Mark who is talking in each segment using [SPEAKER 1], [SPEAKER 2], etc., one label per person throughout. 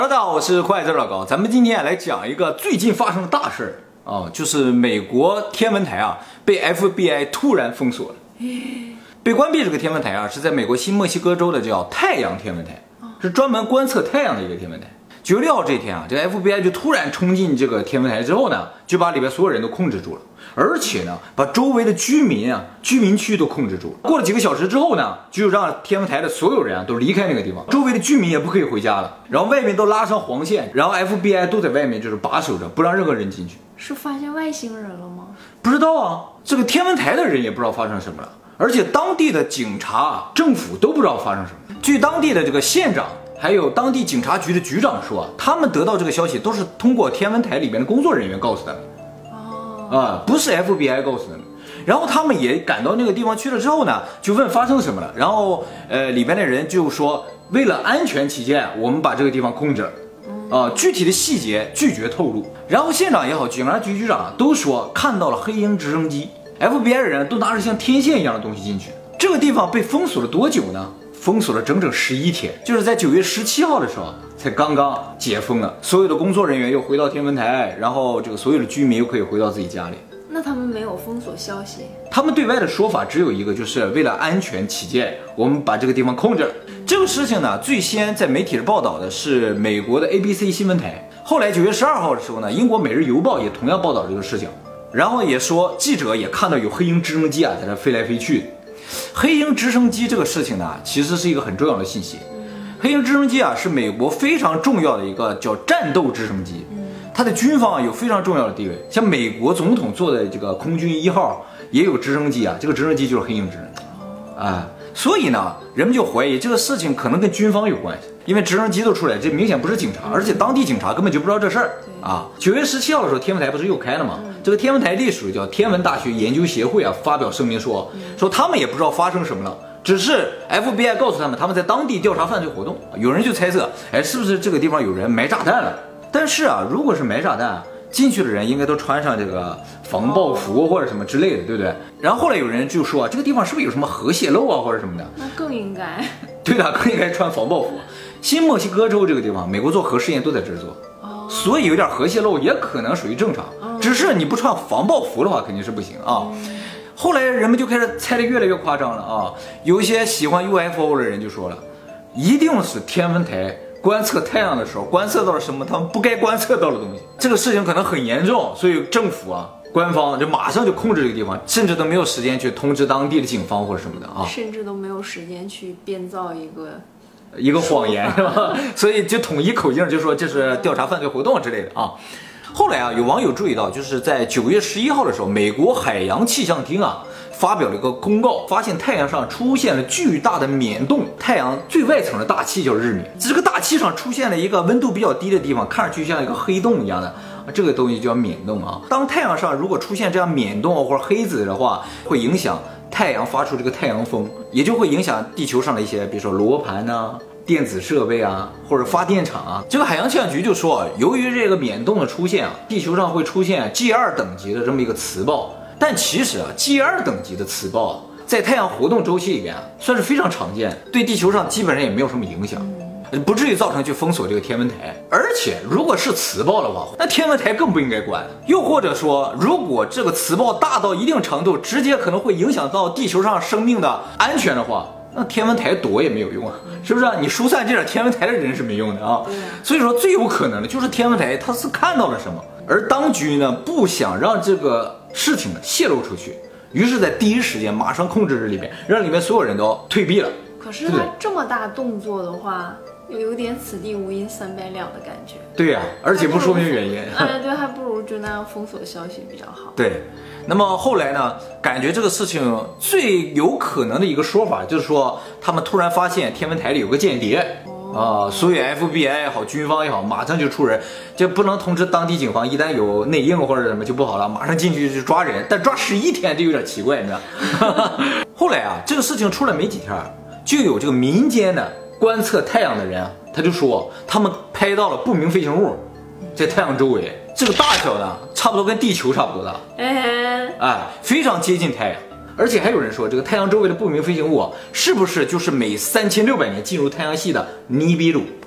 [SPEAKER 1] 大家好，我是快字老高，咱们今天来讲一个最近发生的大事儿啊，就是美国天文台啊被 FBI 突然封锁了。被关闭这个天文台啊，是在美国新墨西哥州的叫太阳天文台，是专门观测太阳的一个天文台。9月6号这天啊，这个 FBI 就突然冲进这个天文台之后呢，就把里边所有人都控制住了，而且呢，把周围的居民区都控制住了。过了几个小时之后呢，就让天文台的所有人啊都离开那个地方，周围的居民也不可以回家了，然后外面都拉上黄线，然后 FBI 都在外面就是把守着，不让任何人进去。
[SPEAKER 2] 是发现外星人了吗？
[SPEAKER 1] 不知道啊，这个天文台的人也不知道发生什么了，而且当地的警察、政府都不知道发生什么。据当地的这个县长还有当地警察局的局长说，他们得到这个消息都是通过天文台里面的工作人员告诉他们，不是 FBI 告诉他们。然后他们也赶到那个地方去了之后呢，就问发生什么了。然后里边的人就说，为了安全起见，我们把这个地方控制了。具体的细节拒绝透露。然后县长也好，警察局局长都说看到了黑鹰直升机 ，FBI 的人都拿着像天线一样的东西进去。这个地方被封锁了多久呢？封锁了整整11天，就是在9月17号的时候才刚刚解封了，所有的工作人员又回到天文台，然后这个所有的居民又可以回到自己家里。
[SPEAKER 2] 那他们没有封锁消息？
[SPEAKER 1] 他们对外的说法只有一个，就是为了安全起见，我们把这个地方控制了。这个事情呢，最先在媒体上报道的是美国的 ABC 新闻台，后来9月12号的时候呢，英国每日邮报也同样报道这个事情，然后也说记者也看到有黑鹰直升机啊在这飞来飞去。黑鹰直升机这个事情呢，其实是一个很重要的信息。黑鹰直升机啊，是美国非常重要的一个叫战斗直升机，它的军方有非常重要的地位。像美国总统坐的这个空军1号也有直升机啊，这个直升机就是黑鹰直升机，所以呢，人们就怀疑这个事情可能跟军方有关系，因为直升机都出来，这明显不是警察，而且当地警察根本就不知道这事儿啊。9月17号的时候，天文台不是又开了吗？这个天文台隶属叫天文大学研究协会啊，发表声明说他们也不知道发生什么了，只是 FBI 告诉他们，他们在当地调查犯罪活动。有人就猜测，是不是这个地方有人埋炸弹了？但是啊，如果是埋炸弹，进去的人应该都穿上这个防爆服或者什么之类的，对不对？然后后来有人就说，这个地方是不是有什么核泄漏啊或者什么的？
[SPEAKER 2] 那更应该。
[SPEAKER 1] 对的，更应该穿防爆服。新墨西哥州这个地方，美国做核试验都在这儿做，所以有点核泄漏也可能属于正常，只是你不穿防爆服的话肯定是不行啊。后来人们就开始猜得越来越夸张了啊，有一些喜欢 UFO 的人就说了，一定是天文台观测太阳的时候观测到了什么他们不该观测到的东西，这个事情可能很严重，所以政府啊官方就马上就控制这个地方，甚至都没有时间去通知当地的警方或者什么的啊，
[SPEAKER 2] 甚至都没有时间去编造
[SPEAKER 1] 一个谎言是吧？所以就统一口径，就说这是调查犯罪活动之类的啊。后来啊，有网友注意到，就是在9月11号的时候，美国海洋气象厅啊发表了一个公告，发现太阳上出现了巨大的冕洞，太阳最外层的大气叫日冕，这个大气上出现了一个温度比较低的地方，看上去像一个黑洞一样的，这个东西叫冕洞啊。当太阳上如果出现这样冕洞或者黑子的话，会影响太阳发出这个太阳风，也就会影响地球上的一些，比如说罗盘啊、电子设备啊，或者发电厂啊。这个海洋气象局就说，由于这个冕洞的出现啊，地球上会出现 G2 等级的这么一个磁暴。但其实啊 ，G2 等级的磁暴啊，在太阳活动周期里边啊，算是非常常见，对地球上基本上也没有什么影响，不至于造成去封锁这个天文台。而且如果是磁暴的话，那天文台更不应该关。又或者说，如果这个磁暴大到一定程度，直接可能会影响到地球上生命的安全的话，那天文台躲也没有用啊，是不是？你疏散这点天文台的人是没用的啊。所以说最有可能的就是天文台它是看到了什么，而当局呢不想让这个事情呢泄露出去，于是在第一时间马上控制这里面，让里面所有人都退避了。
[SPEAKER 2] 可是他这么大动作的话，有点此地无银三百两的感觉。
[SPEAKER 1] 对呀，而且不说明原因。
[SPEAKER 2] 对，还不如就那样封锁消息比较好。
[SPEAKER 1] 对。那么后来呢，感觉这个事情最有可能的一个说法就是说，他们突然发现天文台里有个间谍所以 FBI 也好，军方也好，马上就出人，就不能通知当地警方，一旦有内应或者什么就不好了，马上进去就抓人，但抓11天这有点奇怪，你知道。后来啊，这个事情出来没几天，就有这个民间的观测太阳的人啊，他就说他们拍到了不明飞行物在太阳周围，这个大小呢差不多跟地球差不多大，非常接近太阳。而且还有人说，这个太阳周围的不明飞行物是不是就是每3600年进入太阳系的尼比鲁？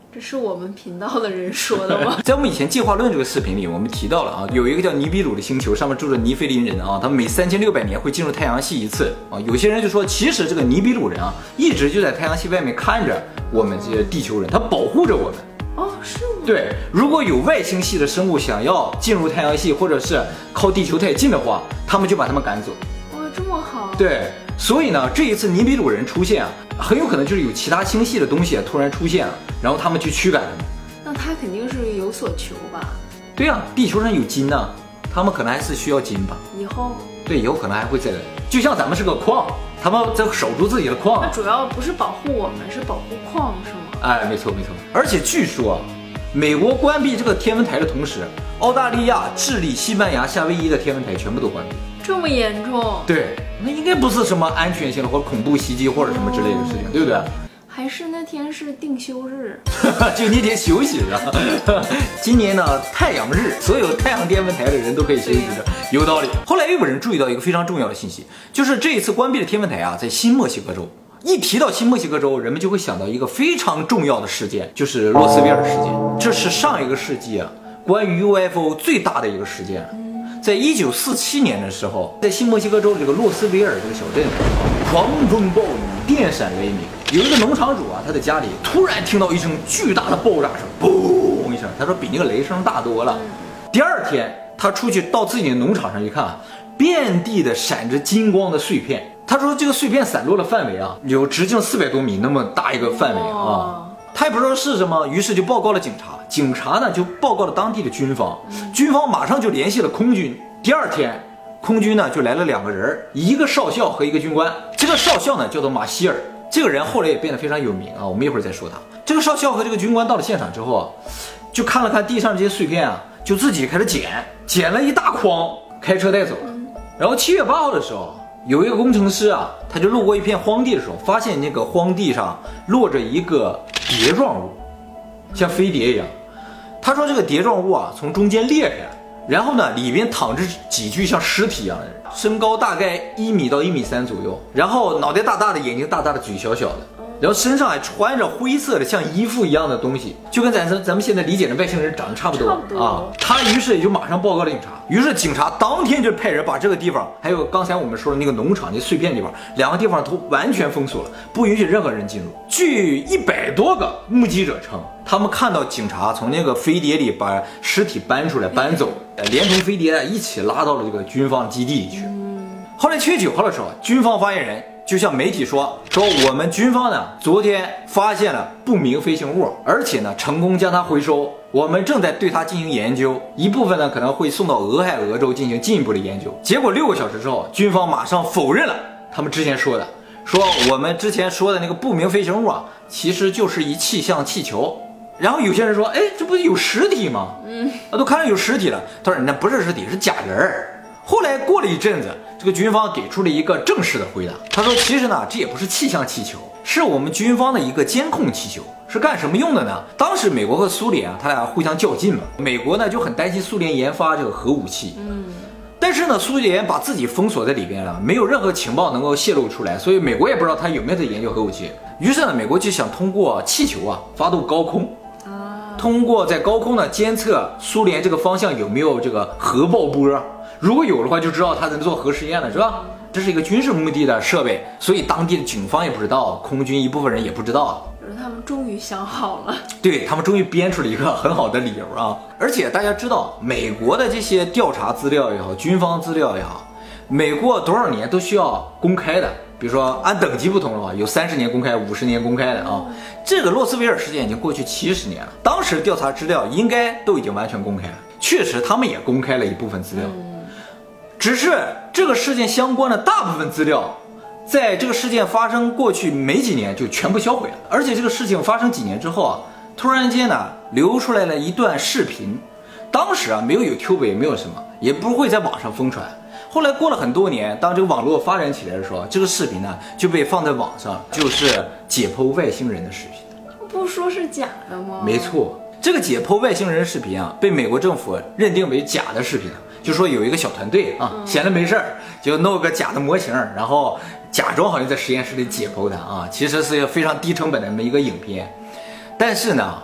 [SPEAKER 2] 这是我们频道的人说的吗？
[SPEAKER 1] 在我们以前进化论这个视频里，我们提到了啊，有一个叫尼比鲁的星球，上面住着尼菲林人啊，他们每3600年会进入太阳系一次啊。有些人就说，其实这个尼比鲁人啊，一直就在太阳系外面看着我们这些地球人，他保护着我们。
[SPEAKER 2] 哦，是吗？
[SPEAKER 1] 对，如果有外星系的生物想要进入太阳系，或者是靠地球太近的话，他们就把他们赶走。
[SPEAKER 2] 哇，这么好。
[SPEAKER 1] 对，所以呢，这一次尼比鲁人出现啊，很有可能就是有其他星系的东西突然出现了，然后他们去驱赶他们。
[SPEAKER 2] 那他肯定是有所求吧？
[SPEAKER 1] 对呀，地球上有金呢，他们可能还是需要金吧。
[SPEAKER 2] 以后
[SPEAKER 1] 对，以后可能还会再来，就像咱们是个矿，他们在守住自己的矿。
[SPEAKER 2] 那主要不是保护我们，是保护矿，是吗？
[SPEAKER 1] 哎，没错没错。而且据说，美国关闭这个天文台的同时，澳大利亚、智利、西班牙、夏威夷的天文台全部都关闭。
[SPEAKER 2] 这么严重？
[SPEAKER 1] 对，那应该不是什么安全性的或者恐怖袭击或者什么之类的事情，对不对？
[SPEAKER 2] 还是那天是定休日，
[SPEAKER 1] 就那天休息的。今年呢，太阳日，所有太阳天文台的人都可以休息的，有道理。后来又有人注意到一个非常重要的信息，就是这一次关闭的天文台啊，在新墨西哥州。一提到新墨西哥州，人们就会想到一个非常重要的事件，就是洛斯威尔事件。这是上一个世纪啊，关于 UFO 最大的一个事件。在1947年的时候，在新墨西哥州这个洛斯威尔这个小镇，狂风暴雨，电闪雷鸣。有一个农场主啊，他的家里突然听到一声巨大的爆炸声，嘣一声，他说比那个雷声大多了。第二天，他出去到自己的农场上一看，遍地的闪着金光的碎片。他说这个碎片散落的范围啊，有直径400多米那么大一个范围啊。他也不知道是什么，于是就报告了警察。警察呢就报告了当地的军方，军方马上就联系了空军。第二天，空军呢就来了2个人，一个少校和一个军官。这个少校呢叫做马希尔，这个人后来也变得非常有名啊，我们一会儿再说他。这个少校和这个军官到了现场之后啊，就看了看地上这些碎片啊，就自己开始捡了一大筐，开车带走了。然后7月8号的时候，有一个工程师啊，他就路过一片荒地的时候，发现那个荒地上落着一个碟状物，像飞碟一样。他说这个碟状物啊，从中间裂开了，然后呢，里边躺着几具像尸体一样的人，身高大概1米到1.3米左右，然后脑袋大大的，眼睛大大的，嘴小小的，然后身上还穿着灰色的像衣服一样的东西，就跟咱们现在理解的外星人长得差不多啊。他于是也就马上报告了警察，于是警察当天就派人把这个地方，还有刚才我们说的那个农场那碎片地方，2个地方都完全封锁了，不允许任何人进入。据100多个目击者称，他们看到警察从那个飞碟里把尸体搬出来搬走，连同飞碟一起拉到了这个军方基地里去。后来7月9号的时候，军方发言人就向媒体说我们军方呢昨天发现了不明飞行物，而且呢成功将它回收，我们正在对它进行研究，一部分呢可能会送到俄亥俄州进行进一步的研究。结果6个小时之后，军方马上否认了他们之前说的，说我们之前说的那个不明飞行物啊，其实就是一气象气球。然后有些人说，哎，这不有实体吗？都看上有实体了。他说那不是实体，是假人儿。后来过了一阵子，这个军方给出了一个正式的回答。他说，其实呢，这也不是气象气球，是我们军方的一个监控气球。是干什么用的呢？当时美国和苏联啊，他俩互相较劲嘛。美国呢就很担心苏联研发这个核武器，但是呢，苏联把自己封锁在里边了，没有任何情报能够泄露出来，所以美国也不知道他有没有在研究核武器。于是呢，美国就想通过气球啊发动高空。通过在高空呢监测苏联这个方向有没有这个核爆波，如果有的话就知道他在做核实验了，是吧？这是一个军事目的的设备，所以当地的警方也不知道，空军一部分人也不知道。
[SPEAKER 2] 就是他们终于想好了，
[SPEAKER 1] 对，他们终于编出了一个很好的理由啊！而且大家知道，美国的这些调查资料也好，军方资料也好，美国多少年都需要公开的。比如说按等级不同的话，有30年公开、50年公开的啊。这个洛斯威尔事件已经过去70年了，当时调查资料应该都已经完全公开了。确实，他们也公开了一部分资料，只是这个事件相关的大部分资料，在这个事件发生过去没几年就全部销毁了。而且这个事情发生几年之后啊，突然间呢流出来了一段视频，当时啊没有YouTube，也没有什么，也不会在网上疯传。后来过了很多年，当这个网络发展起来的时候，这个视频呢就被放在网上，就是解剖外星人的视频。
[SPEAKER 2] 不说是假的吗？
[SPEAKER 1] 没错，这个解剖外星人视频啊，被美国政府认定为假的视频，就说有一个小团队啊，闲着没事儿就弄个假的模型，然后假装好像在实验室里解剖它啊，其实是非常低成本的这么一个影片。但是呢，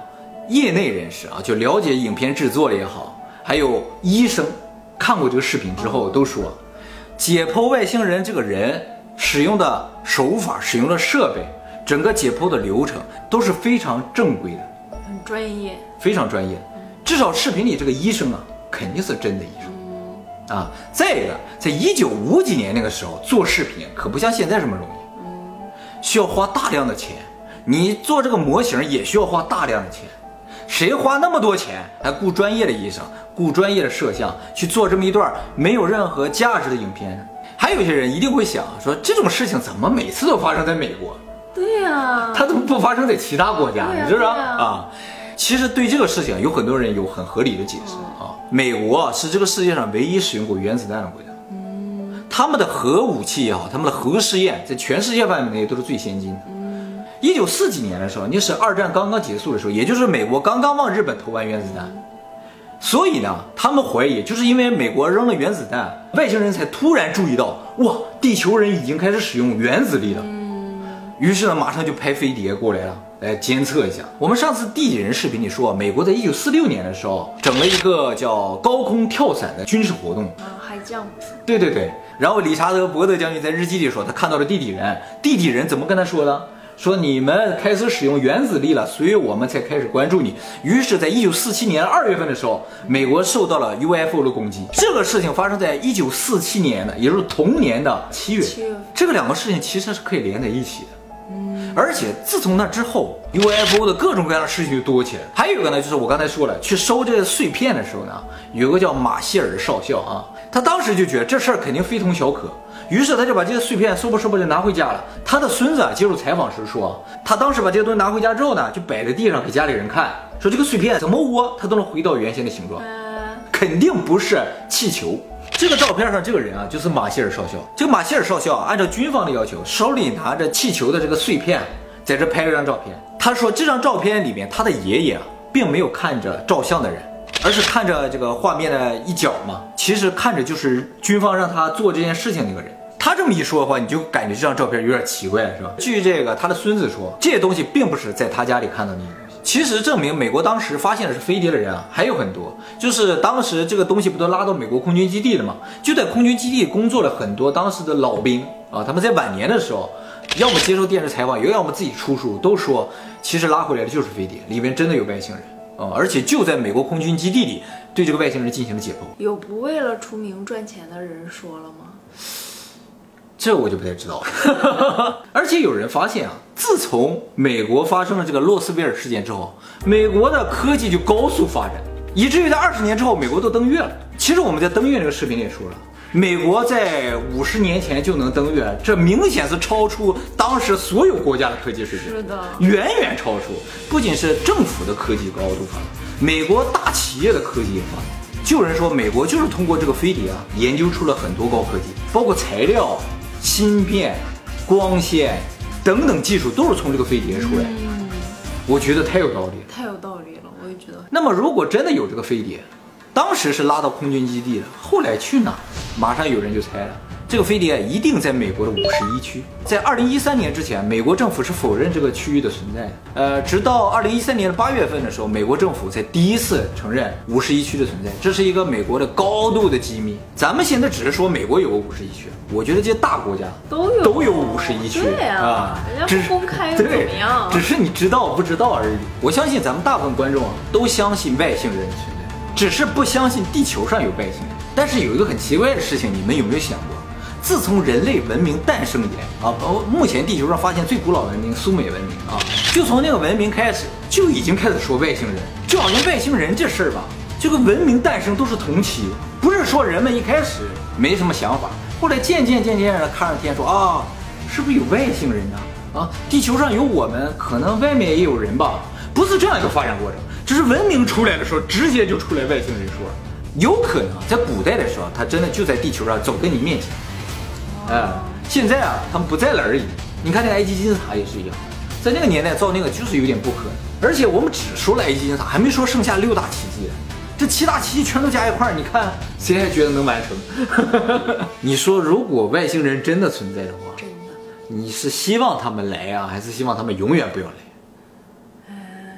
[SPEAKER 1] 业内人士啊，就了解影片制作的也好，还有医生看过这个视频之后都说，解剖外星人这个人使用的手法、使用的设备，整个解剖的流程都是非常正规的，
[SPEAKER 2] 很专业，
[SPEAKER 1] 非常专业。至少视频里这个医生啊，肯定是真的医生啊。再一个，在1950几年那个时候做视频可不像现在这么容易，需要花大量的钱。你做这个模型也需要花大量的钱，谁花那么多钱还雇专业的医生、雇专业的摄像去做这么一段没有任何价值的影片呢？还有一些人一定会想说，这种事情怎么每次都发生在美国？
[SPEAKER 2] 对呀，
[SPEAKER 1] 它怎么不发生在其他国家？你知道
[SPEAKER 2] 啊？
[SPEAKER 1] 其实对这个事情有很多人有很合理的解释啊。美国是这个世界上唯一使用过原子弹的国家，他们的核武器也好，他们的核试验在全世界范围内都是最先进的。1940几年的时候，那是二战刚刚结束的时候，也就是美国刚刚往日本投完原子弹，所以呢，他们怀疑就是因为美国扔了原子弹，外星人才突然注意到，哇，地球人已经开始使用原子力了。于是呢，马上就派飞碟过来了，来监测一下。我们上次地底人视频里说，美国在1946年的时候整了一个叫高空跳伞的军事活动
[SPEAKER 2] 海降。
[SPEAKER 1] 对对对。然后理查德·伯德将军在日记里说，他看到了地底人，地底人怎么跟他说的？说你们开始使用原子力了，所以我们才开始关注你。于是，在1947年2月份的时候，美国受到了 UFO 的攻击。这个事情发生在1947年的，也就是同年的7月。这个两个事情其实是可以连在一起的。而且自从那之后 ，UFO 的各种各样的事情就多起来了。还有一个呢，就是我刚才说了，去收这个碎片的时候呢，有个叫马歇尔的少校啊，他当时就觉得这事儿肯定非同小可。于是他就把这些碎片收吧就拿回家了。他的孙子接受采访时说，他当时把这些东西拿回家之后呢，就摆在地上给家里人看，说这个碎片怎么窝它都能回到原先的形状，肯定不是气球。这个照片上这个人啊，就是马歇尔少校。这个马歇尔少校按照军方的要求，手里拿着气球的这个碎片，在这拍了张照片。他说这张照片里面，他的爷爷并没有看着照相的人，而是看着这个画面的一角嘛，其实看着就是军方让他做这件事情那个人。他这么一说的话，你就感觉这张照片有点奇怪了，是吧？据这个他的孙子说，这些东西并不是在他家里看到那些东西。其实证明美国当时发现的是飞碟的人还有很多，就是当时这个东西不都拉到美国空军基地了吗？就在空军基地工作了很多当时的老兵啊，他们在晚年的时候，要么接受电视采访，要么自己出书，都说其实拉回来的就是飞碟，里面真的有外星人。而且就在美国空军基地里对这个外星人进行了解剖。
[SPEAKER 2] 有不为了出名赚钱的人说了吗？
[SPEAKER 1] 这我就不太知道了。而且有人发现自从美国发生了这个洛斯威尔事件之后，美国的科技就高速发展，以至于在20年之后，美国都登月了。其实我们在登月这个视频里也说了，美国在50年前就能登月，这明显是超出当时所有国家的科技水平，
[SPEAKER 2] 是的，
[SPEAKER 1] 远远超出。不仅是政府的科技高度发展，美国大企业的科技也发展。就有人说，美国就是通过这个飞碟研究出了很多高科技，包括材料、芯片、光线等等技术都是从这个飞碟出来的。我觉得太有道理了，
[SPEAKER 2] 太有道理了，我也觉得。
[SPEAKER 1] 那么如果真的有这个飞碟，当时是拉到空军基地的，后来去哪？马上有人就猜了，这个飞碟一定在美国的51区。在2013年之前，美国政府是否认这个区域的存在的。直到2013年的8月份的时候，美国政府才第一次承认51区的存在，这是一个美国的高度的机密。咱们现在只是说美国有个51区，我觉得这些大国家都有51区，
[SPEAKER 2] 对啊，人家不公开又怎么样？
[SPEAKER 1] 只是你知道不知道而已。我相信咱们大部分观众都相信外星人的存在，只是不相信地球上有外星人。但是有一个很奇怪的事情，你们有没有想过？自从人类文明诞生以来目前地球上发现最古老文明苏美文明就从那个文明开始就已经开始说外星人，就好像外星人这事儿吧，这个文明诞生都是同期，不是说人们一开始没什么想法，后来渐渐的看上天说是不是有外星人呢？地球上有我们，可能外面也有人吧，不是这样一个发展过程，只是文明出来的时候直接就出来外星人说，有可能在古代的时候，他真的就在地球上走在你面前。现在他们不在了而已。你看那个埃及金字塔也是一样，在那个年代造那个就是有点不可能。而且我们只说了埃及金字塔，还没说剩下6大奇迹，这7大奇迹全都加一块，你看谁还觉得能完成？你说如果外星人真的存在的话，
[SPEAKER 2] 真的，
[SPEAKER 1] 你是希望他们来还是希望他们永远不要来？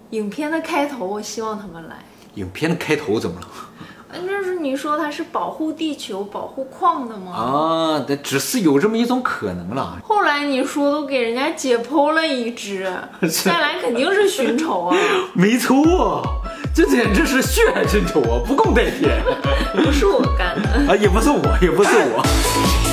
[SPEAKER 2] 影片的开头，我希望他们来。
[SPEAKER 1] 影片的开头怎么了？
[SPEAKER 2] 就是你说它是保护地球、保护矿的吗？
[SPEAKER 1] 啊，那只是有这么一种可能了。
[SPEAKER 2] 后来你说都给人家解剖了一只，再来肯定是寻仇啊！
[SPEAKER 1] 没错，这简直是血海深仇啊，不共戴天。
[SPEAKER 2] 不是我干的
[SPEAKER 1] 啊，也不是我，也不是我。